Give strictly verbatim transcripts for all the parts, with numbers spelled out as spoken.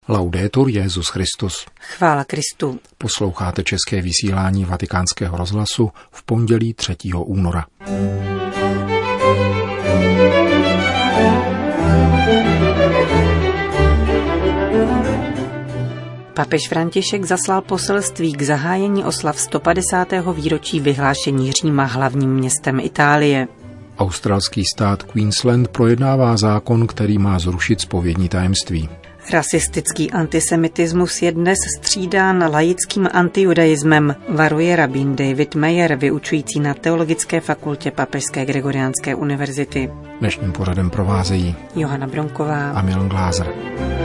Laudetur Jesus Christus. Chvála Kristu. Posloucháte české vysílání Vatikánského rozhlasu v pondělí třetího února. Papež František zaslal poselství k zahájení oslav sto padesátého výročí vyhlášení Říma hlavním městem Itálie. Australský stát Queensland projednává zákon, který má zrušit zpovědní tajemství. Rasistický antisemitismus je dnes střídán laickým antijudaismem, varuje rabín David Mayer, vyučující na Teologické fakultě Papežské Gregoriánské univerzity. Dnešním pořadem provázejí Johana Bronková a Milan Glázer.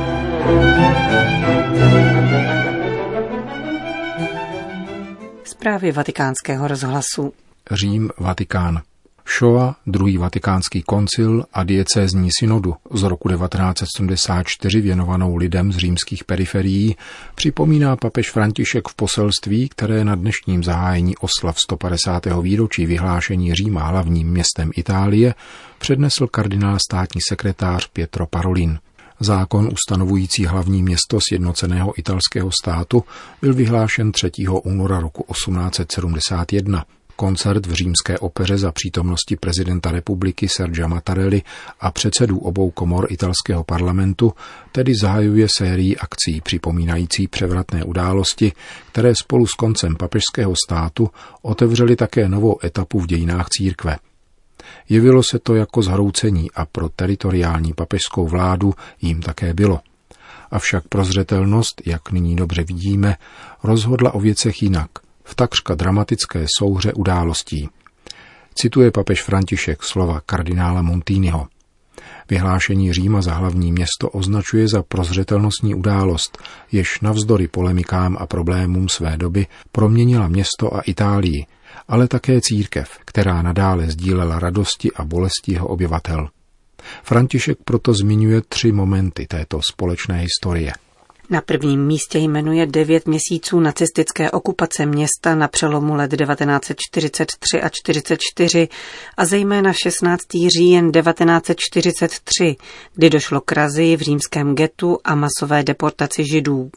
Zprávy Vatikánského rozhlasu. Řím, Vatikán. Šoa, druhý vatikánský koncil a diecézní synodu z roku devatenáct set sedmdesát čtyři věnovanou lidem z římských periferií připomíná papež František v poselství, které na dnešním zahájení oslav sto padesátého výročí vyhlášení Říma hlavním městem Itálie přednesl kardinál státní sekretář Pietro Parolin. Zákon ustanovující hlavní město sjednoceného italského státu byl vyhlášen třetího února roku osmnáct set sedmdesát jedna. Koncert v římské opeře za přítomnosti prezidenta republiky Sergia Mattarelli a předsedů obou komor italského parlamentu tedy zahajuje sérii akcí připomínající převratné události, které spolu s koncem papežského státu otevřely také novou etapu v dějinách církve. Jevilo se to jako zhroucení a pro teritoriální papežskou vládu jim také bylo. Avšak prozřetelnost, jak nyní dobře vidíme, rozhodla o věcech jinak, v takřka dramatické souhře událostí. Cituje papež František slova kardinála Montiniho. Vyhlášení Říma za hlavní město označuje za prozřetelnostní událost, jež navzdory polemikám a problémům své doby proměnila město a Itálii, ale také církev, která nadále sdílela radosti a bolesti jeho obyvatel. František proto zmiňuje tři momenty této společné historie. Na prvním místě jmenuje devět měsíců nacistické okupace města na přelomu let devatenáct set čtyřicet tři a čtyřicet čtyři a zejména šestnáctého října devatenáct set čtyřicet tři, kdy došlo k razii v římském ghettu a masové deportaci Židů.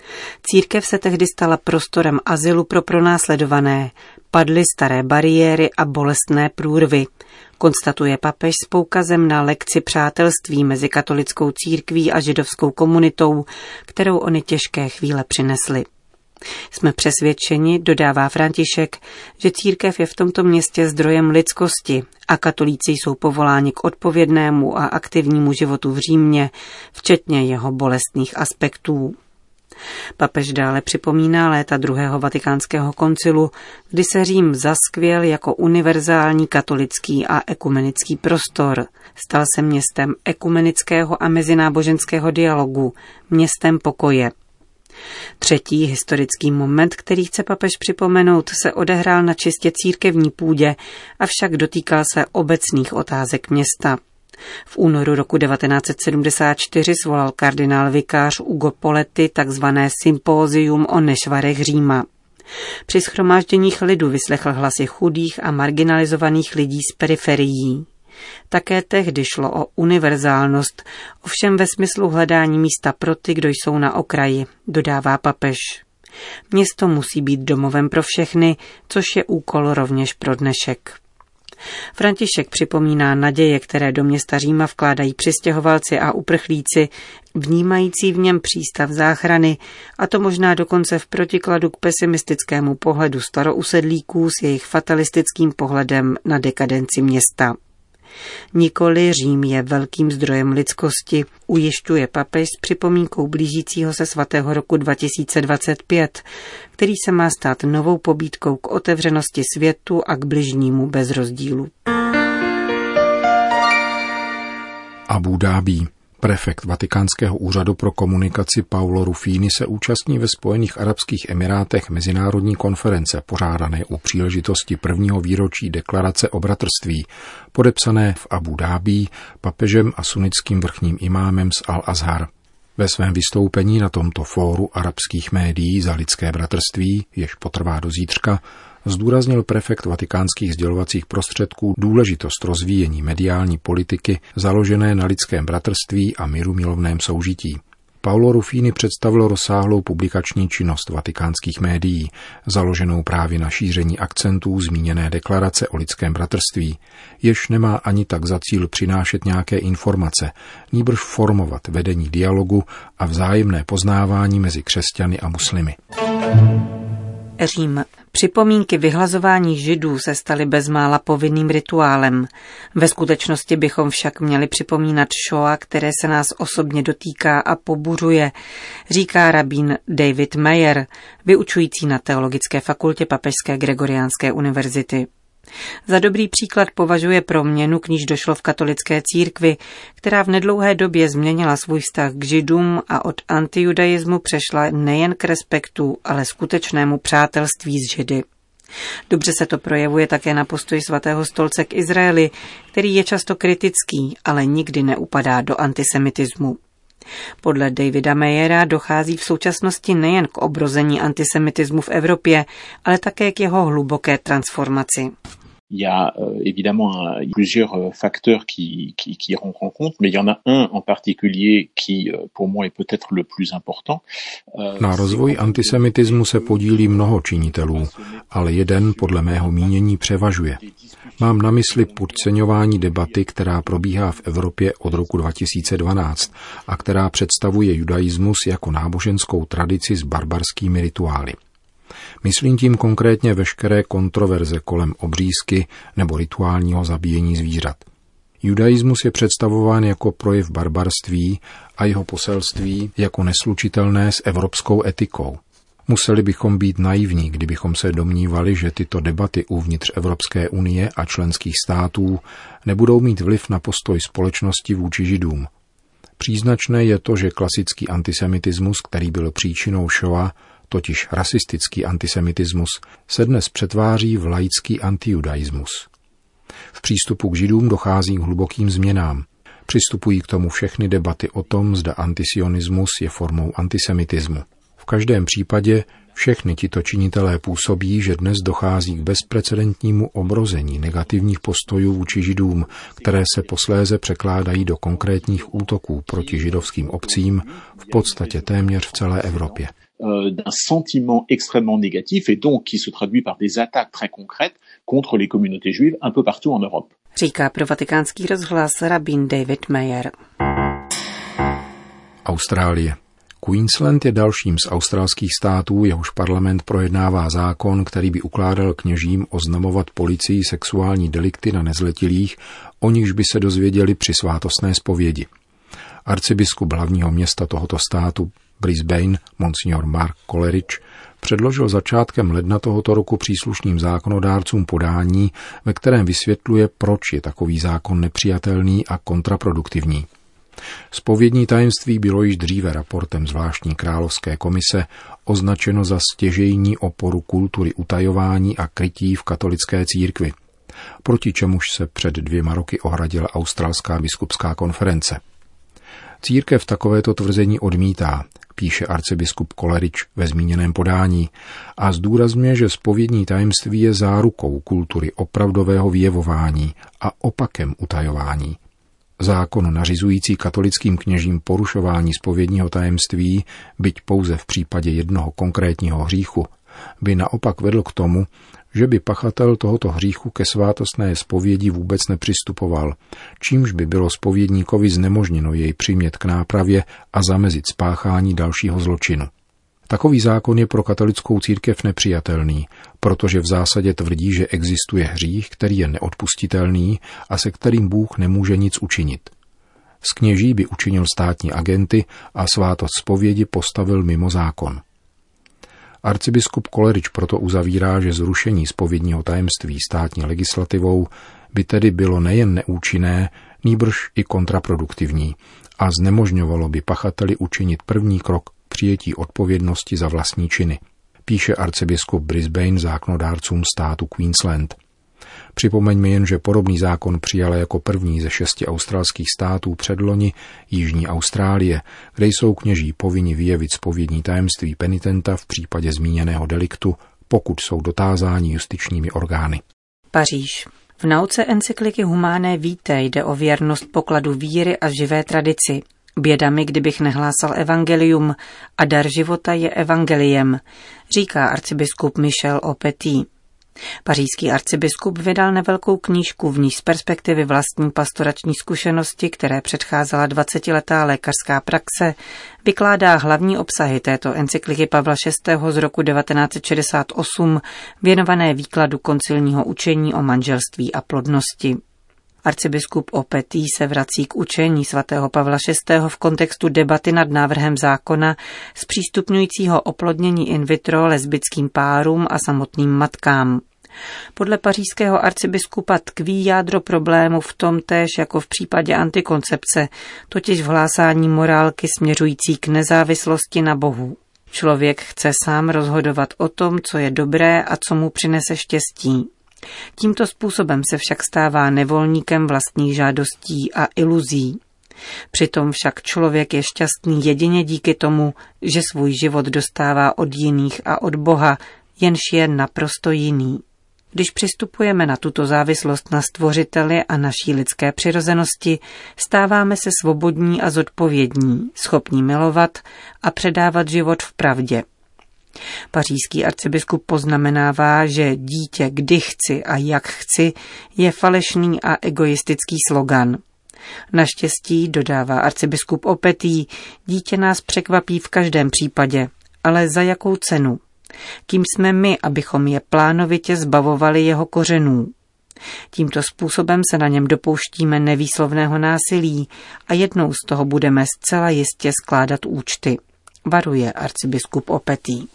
Církev se tehdy stala prostorem azylu pro pronásledované, padly staré bariéry a bolestné průrvy, konstatuje papež s poukazem na lekci přátelství mezi katolickou církví a židovskou komunitou, kterou ony těžké chvíle přinesly. Jsme přesvědčeni, dodává František, že církev je v tomto městě zdrojem lidskosti a katolíci jsou povoláni k odpovědnému a aktivnímu životu v Římě, včetně jeho bolestných aspektů. Papež dále připomíná léta druhého vatikánského koncilu, kdy se Řím zaskvěl jako univerzální katolický a ekumenický prostor. Stal se městem ekumenického a mezináboženského dialogu, městem pokoje. Třetí historický moment, který chce papež připomenout, se odehrál na čistě církevní půdě, avšak dotýkal se obecných otázek města. V únoru roku devatenáct set sedmdesát čtyři svolal kardinál vikář Ugo Poletti takzvané sympózium o nešvarech Říma. Při shromážděních lidu vyslechl hlasy chudých a marginalizovaných lidí z periferií. Také tehdy šlo o univerzálnost, ovšem ve smyslu hledání místa pro ty, kdo jsou na okraji, dodává papež. Město musí být domovem pro všechny, což je úkol rovněž pro dnešek. František připomíná naděje, které do města Říma vkládají přistěhovalci a uprchlíci, vnímající v něm přístav záchrany, a to možná dokonce v protikladu k pesimistickému pohledu starousedlíků s jejich fatalistickým pohledem na dekadenci města. Nikoli Řím je velkým zdrojem lidskosti, ujišťuje papež s připomínkou blížícího se svatého roku dva tisíce dvacet pět, který se má stát novou pobídkou k otevřenosti světu a k bližnímu bez rozdílu. Abu Dhabí. Prefekt Vatikánského úřadu pro komunikaci Paolo Ruffini se účastní ve Spojených arabských emirátech mezinárodní konference pořádané u příležitosti prvního výročí deklarace o bratrství, podepsané v Abu Dhabí papežem a sunnickým vrchním imámem z Al-Azhar. Ve svém vystoupení na tomto fóru arabských médií za lidské bratrství, jež potrvá do zítřka, zdůraznil prefekt vatikánských sdělovacích prostředků důležitost rozvíjení mediální politiky založené na lidském bratrství a mírumilovném soužití. Paolo Ruffini představil rozsáhlou publikační činnost vatikánských médií, založenou právě na šíření akcentů zmíněné deklarace o lidském bratrství, jež nemá ani tak za cíl přinášet nějaké informace, nýbrž formovat vedení dialogu a vzájemné poznávání mezi křesťany a muslimy. Řím. Připomínky vyhlazování Židů se staly bezmála povinným rituálem. Ve skutečnosti bychom však měli připomínat šoa, které se nás osobně dotýká a pobuřuje, říká rabín David Mayer, vyučující na Teologické fakultě Papežské Gregoriánské univerzity. Za dobrý příklad považuje proměnu, k níž došlo v katolické církvi, která v nedlouhé době změnila svůj vztah k Židům a od antijudaismu přešla nejen k respektu, ale skutečnému přátelství s Židy. Dobře se to projevuje také na postoji svatého stolce k Izraeli, který je často kritický, ale nikdy neupadá do antisemitismu. Podle Davida Mayera dochází v současnosti nejen k obrození antisemitismu v Evropě, ale také k jeho hluboké transformaci. Il y a euh, évidemment un, plusieurs facteurs qui, qui, qui rentrent en compte, mais il y en a un en particulier qui, pour moi, est peut-être le plus important. Na rozvoj antisemitismu se podílí mnoho činitelů, ale jeden podle mého mínění převažuje. Mám na mysli podceňování debaty, která probíhá v Evropě od roku dva tisíce dvanáct a která představuje judaismus jako náboženskou tradici s barbarskými rituály. Myslím tím konkrétně veškeré kontroverze kolem obřízky nebo rituálního zabíjení zvířat. Judaismus je představován jako projev barbarství a jeho poselství jako neslučitelné s evropskou etikou. Museli bychom být naivní, kdybychom se domnívali, že tyto debaty uvnitř Evropské unie a členských států nebudou mít vliv na postoj společnosti vůči Židům. Příznačné je to, že klasický antisemitismus, který byl příčinou šoa, totiž rasistický antisemitismus, se dnes přetváří v laický antijudaismus. V přístupu k Židům dochází k hlubokým změnám. Přistupují k tomu všechny debaty o tom, zda antisionismus je formou antisemitismu. V každém případě všechny tito činitelé působí, že dnes dochází k bezprecedentnímu obrození negativních postojů vůči Židům, které se posléze překládají do konkrétních útoků proti židovským obcím v podstatě téměř v celé Evropě. D'un sentiment extrêmement négatif et donc qui se traduit par des attaques très concrètes contre les communautés juives un peu partout en Europe. Říká pro Vatikánský rozhlas rabín David Mayer. Austrálie. Queensland je dalším z australských států, jehož parlament projednává zákon, který by ukládal kněžím oznamovat policii sexuální delikty na nezletilých, o nichž by se dozvěděli při svátostné zpovědi. Arcibiskup hlavního města tohoto státu Brisbane, monsignor Mark Coleridge, předložil začátkem ledna tohoto roku příslušným zákonodárcům podání, ve kterém vysvětluje, proč je takový zákon nepřijatelný a kontraproduktivní. Zpovědní tajemství bylo již dříve raportem zvláštní královské komise označeno za stěžejní oporu kultury utajování a krytí v katolické církvi, proti čemuž se před dvěma roky ohradila Australská biskupská konference. Církev takovéto tvrzení odmítá, píše arcibiskup Coleridge ve zmíněném podání a zdůrazňuje, že zpovědní tajemství je zárukou kultury opravdového vyjevování a opakem utajování. Zákon nařizující katolickým kněžím porušování zpovědního tajemství, byť pouze v případě jednoho konkrétního hříchu, by naopak vedl k tomu, že by pachatel tohoto hříchu ke svátostné zpovědi vůbec nepřistupoval, čímž by bylo zpovědníkovi znemožněno jej přimět k nápravě a zamezit spáchání dalšího zločinu. Takový zákon je pro katolickou církev nepřijatelný, protože v zásadě tvrdí, že existuje hřích, který je neodpustitelný a se kterým Bůh nemůže nic učinit. Z kněží by učinil státní agenty a svátost zpovědi postavil mimo zákon. Arcibiskup Coleridge proto uzavírá, že zrušení zpovědního tajemství státní legislativou by tedy bylo nejen neúčinné, nýbrž i kontraproduktivní a znemožňovalo by pachateli učinit první krok k přijetí odpovědnosti za vlastní činy, píše arcibiskup Brisbane zákonodárcům státu Queensland. Připomeňme jen, že podobný zákon přijala jako první ze šesti australských států předloni Jižní Austrálie, kde jsou kněží povinni vyjevit zpovědní tajemství penitenta v případě zmíněného deliktu, pokud jsou dotázáni justičními orgány. Paříž. V nauce encykliky Humanae Vitae jde o věrnost pokladu víry a živé tradici. Běda mi, kdybych nehlásal evangelium, a dar života je evangeliem, říká arcibiskup Michel Aupetit. Pařížský arcibiskup vydal nevelkou knížku, v níž z perspektivy vlastní pastorační zkušenosti, které předcházela dvacetiletá lékařská praxe, vykládá hlavní obsahy této encykliky Pavla šestého z roku devatenáct set šedesát osm, věnované výkladu koncilního učení o manželství a plodnosti. Arcibiskup Aupetit se vrací k učení svatého Pavla šestého v kontextu debaty nad návrhem zákona zpřístupňujícího oplodnění in vitro lesbickým párům a samotným matkám. Podle pařížského arcibiskupa tkví jádro problému v tom též jako v případě antikoncepce, totiž v hlásání morálky směřující k nezávislosti na Bohu. Člověk chce sám rozhodovat o tom, co je dobré a co mu přinese štěstí. Tímto způsobem se však stává nevolníkem vlastních žádostí a iluzí. Přitom však člověk je šťastný jedině díky tomu, že svůj život dostává od jiných a od Boha, jenž je naprosto jiný. Když přistupujeme na tuto závislost na Stvořiteli a naší lidské přirozenosti, stáváme se svobodní a zodpovědní, schopní milovat a předávat život v pravdě. Pařížský arcibiskup poznamenává, že dítě kdy chci a jak chci je falešný a egoistický slogan. Naštěstí, dodává arcibiskup Aupetit, dítě nás překvapí v každém případě, ale za jakou cenu? Kým jsme my, abychom je plánovitě zbavovali jeho kořenů? Tímto způsobem se na něm dopouštíme nevýslovného násilí a jednou z toho budeme zcela jistě skládat účty, varuje arcibiskup Aupetit.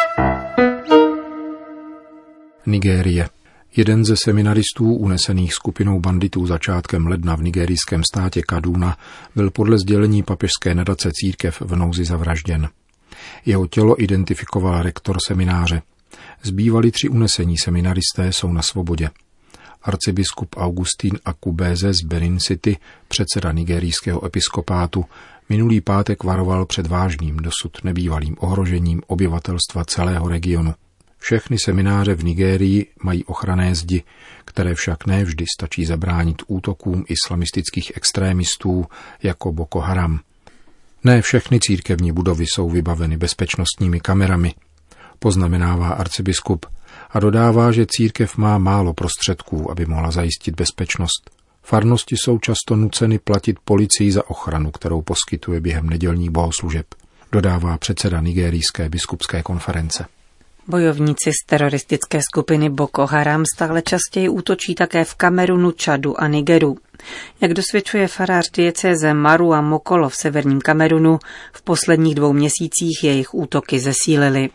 Nigérie. Jeden ze seminaristů unesených skupinou banditů začátkem ledna v nigerijském státě Kaduna byl podle sdělení papežské nadace Církev v nouzi zavražděn. Jeho tělo identifikoval rektor semináře. Zbývali tři unesení seminaristé jsou na svobodě. Arcibiskup Augustín Akubeze z Benin City, předseda nigerijského episkopátu, minulý pátek varoval před vážným, dosud nebývalým ohrožením obyvatelstva celého regionu. Všechny semináře v Nigérii mají ochranné zdi, které však ne vždy stačí zabránit útokům islamistických extrémistů jako Boko Haram. Ne všechny církevní budovy jsou vybaveny bezpečnostními kamerami, poznamenává arcibiskup a dodává, že církev má málo prostředků, aby mohla zajistit bezpečnost. Farnosti jsou často nuceny platit policii za ochranu, kterou poskytuje během nedělních bohoslužeb, dodává předseda nigerijské biskupské konference. Bojovníci z teroristické skupiny Boko Haram stále častěji útočí také v Kamerunu, Čadu a Nigeru. Jak dosvědčuje farář diecéze Maru a Mokolo v severním Kamerunu, v posledních dvou měsících jejich útoky zesílily.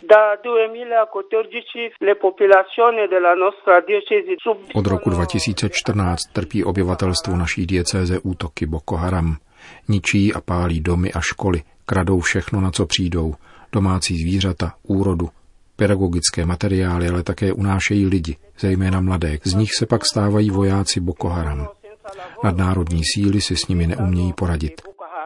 Od roku dva tisíce čtrnáct trpí obyvatelstvo naší diecéze útoky Boko Haram. Ničí a pálí domy a školy, kradou všechno, na co přijdou, domácí zvířata, úrodu, pedagogické materiály, ale také unášejí lidi, zejména mladé. Z nich se pak stávají vojáci Boko Haram. Nadnárodní síly si s nimi neumějí poradit.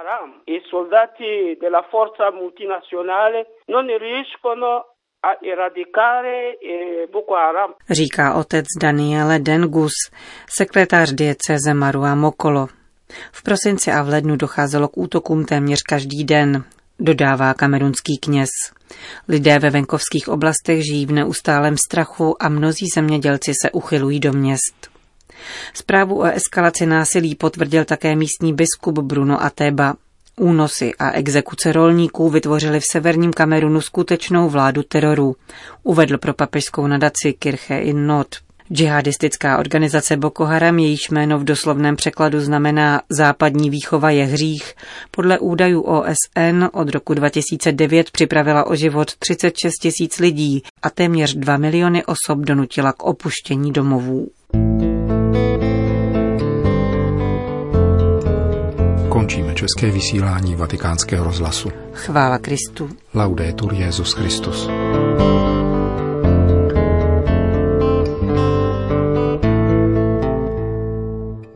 Říká otec Daniele Dengus, sekretář diecéze Maru a Mokolo. V prosinci a v lednu docházelo k útokům téměř každý den, dodává kamerunský kněz. Lidé ve venkovských oblastech žijí v neustálém strachu a mnozí zemědělci se uchylují do měst. Zprávu o eskalaci násilí potvrdil také místní biskup Bruno Ateba. Únosy a exekuce rolníků vytvořily v severním Kamerunu skutečnou vládu teroru, uvedl pro papežskou nadaci Kirche in Not. Džihadistická organizace Boko Haram, jejíž jméno v doslovném překladu znamená západní výchova je hřích, podle údajů O S N od roku dva tisíce devět připravila o život třicet šest tisíc lidí a téměř dva miliony osob donutila k opuštění domovů. Končíme české vysílání Vatikánského rozhlasu. Chvála Kristu. Laudetur Jesus Christus.